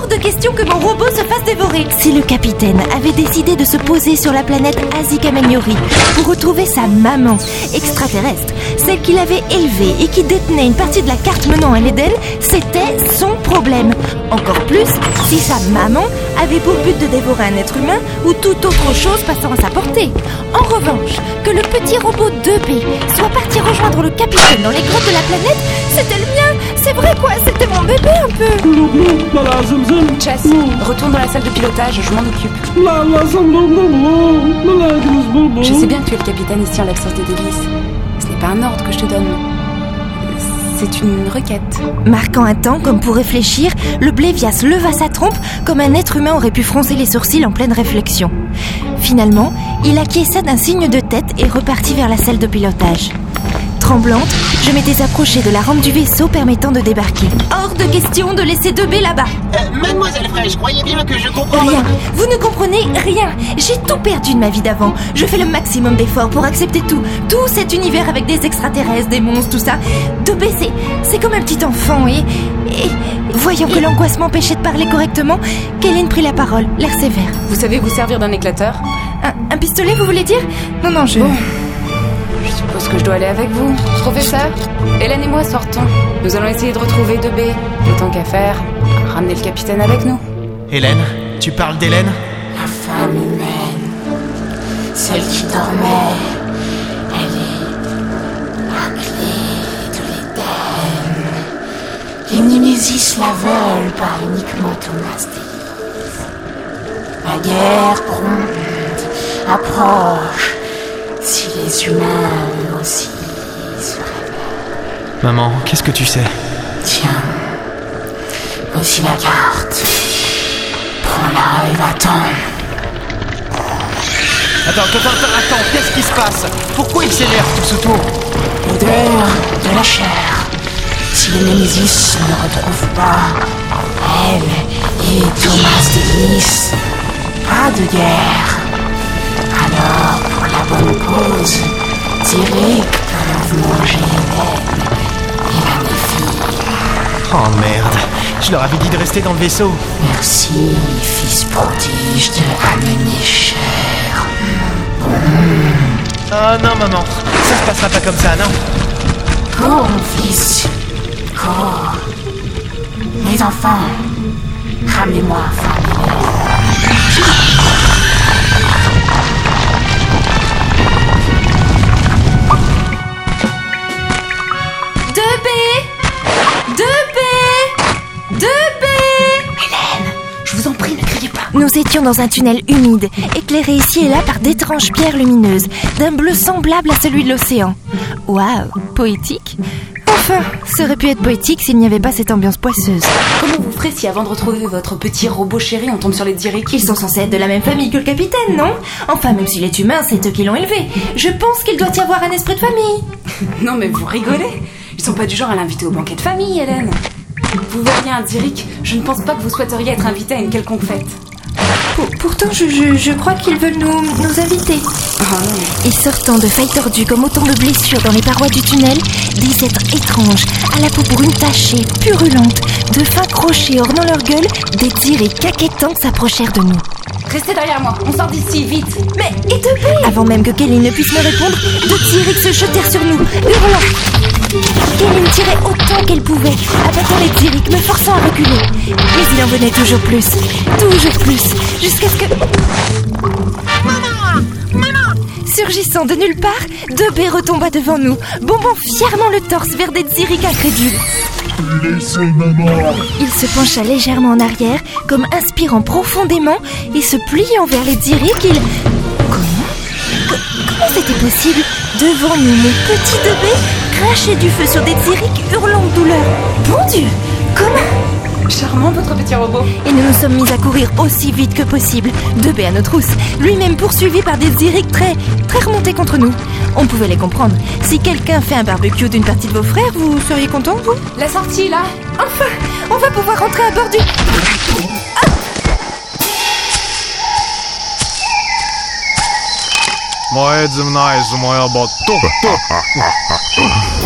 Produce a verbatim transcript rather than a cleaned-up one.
hors de question que mon robot se fasse dévorer. Si le capitaine avait décidé de se poser sur la planète Azik Amenyori pour retrouver sa maman extraterrestre, celle qu'il avait élevée et qui détenait une partie de la carte menant à l'Éden, c'était son problème. Encore plus si sa maman avait pour but de dévorer un être humain ou toute autre chose passant à sa portée. En revanche, que le petit robot deux B soit parti rejoindre le capitaine dans les grottes de la planète, c'était le mien. C'est vrai quoi, c'était mon bébé un peu. Chess, retourne dans la salle de pilotage, je m'en occupe. Je sais bien que tu es le capitaine ici en l'absence de Davis. Ce n'est pas un ordre que je te donne. C'est une requête. Marquant un temps comme pour réfléchir, le Blévias leva sa trompe comme un être humain aurait pu froncer les sourcils en pleine réflexion. Finalement, il acquiesça d'un signe de tête et repartit vers la salle de pilotage. Tremblante, je m'étais approchée de la rampe du vaisseau permettant de débarquer. Hors de question de laisser deux B là-bas. Euh, Mademoiselle Fraîche, croyez bien que je comprends... Rien, vous ne comprenez rien. J'ai tout perdu de ma vie d'avant. Je fais le maximum d'efforts pour accepter tout. Tout cet univers avec des extraterrestres, des monstres, tout ça. deux B, c'est, c'est comme un petit enfant et... et... Voyant que l'angoisse m'empêchait de parler correctement, Kéline prit la parole, l'air sévère. Vous savez vous servir d'un éclateur ? Un, un pistolet, vous voulez dire ? Non, non, je... Bon. Je suppose que je dois aller avec vous. Professeur, Hélène et moi sortons. Nous allons essayer de retrouver deux B. Autant qu'à faire, ramener le capitaine avec nous. Hélène, tu parles d'Hélène ? La femme humaine, celle qui dormait, elle est la clé de l'Éden. Les Némésis la veulent par uniquement Thomas Davis. La guerre gronde, approche. Si les humains, eux aussi, se réveillent. Maman, qu'est-ce que tu sais ? Tiens, voici la carte. Prends-la et va-t'en. Attends, attends, attends, attends, qu'est-ce qui se passe ? Pourquoi il s'énerve tous autour ? L'odeur de la chair. Si les Némésis ne retrouvent pas, elle et Thomas Davis, pas de guerre. Alors, pour la bonne cause, Zirek peuvent manger Hélène et la méfie. Oh merde, je leur avais dit de rester dans le vaisseau. Merci, fils prodige de Amenécher. Oh non maman, ça se passera pas comme ça, non ? Cours, mon fils, cours. Les enfants, ramenez-moi Nous étions dans un tunnel humide, éclairé ici et là par d'étranges pierres lumineuses, d'un bleu semblable à celui de l'océan. Waouh, poétique ? Enfin, ça aurait pu être poétique s'il n'y avait pas cette ambiance poisseuse. Comment vous ferez si avant de retrouver votre petit robot chéri, on tombe sur les Zirek ? Ils sont censés être de la même famille que le capitaine, non ? Enfin, même s'il est humain, c'est eux qui l'ont élevé. Je pense qu'il doit y avoir un esprit de famille. Non mais vous rigolez ? Ils sont pas du genre à l'inviter au banquet de famille, Hélène. Vous verriez un Zirek, je ne pense pas que vous souhaiteriez être invité à une quelconque fête. Pour, pourtant, je, je, je crois qu'ils veulent nous, nous inviter. Oh non. Et sortant de failles tordues comme autant de blessures dans les parois du tunnel, des êtres étranges, à la peau brune tachée, purulente, de fins crochets ornant leur gueule, des Zirek caquétants s'approchèrent de nous. Restez derrière moi, on sort d'ici, vite. Mais, et de paix ! Avant même que Kéline ne puisse me répondre, deux Zirek se jetèrent sur nous, hurlant. Kéline tirait autant qu'elle pouvait, abattant les Zirek, me forçant à reculer. Mais il en venait toujours plus, toujours plus, jusqu'à ce que... Maman ! Maman ! Surgissant de nulle part, deux B retomba devant nous, bombant fièrement le torse vers des Zirek incrédules. Laissez maman. Il se pencha légèrement en arrière, comme inspirant profondément, et se pliant vers les Zirek, il... Comment ? Co- Comment c'était possible ? Devant nous, mon petit deux B crachait du feu sur des Zirek hurlant de douleur. Mon Dieu ! Comment ? Charmant votre petit robot. Et nous nous sommes mis à courir aussi vite que possible, deux B à nos trousses, lui-même poursuivi par des Zirek très, très remontés contre nous. On pouvait les comprendre. Si quelqu'un fait un barbecue d'une partie de vos frères, vous seriez content, vous ? La sortie, là. Enfin, on va pouvoir rentrer à bord du... Ah ! Моя земная за моя боту.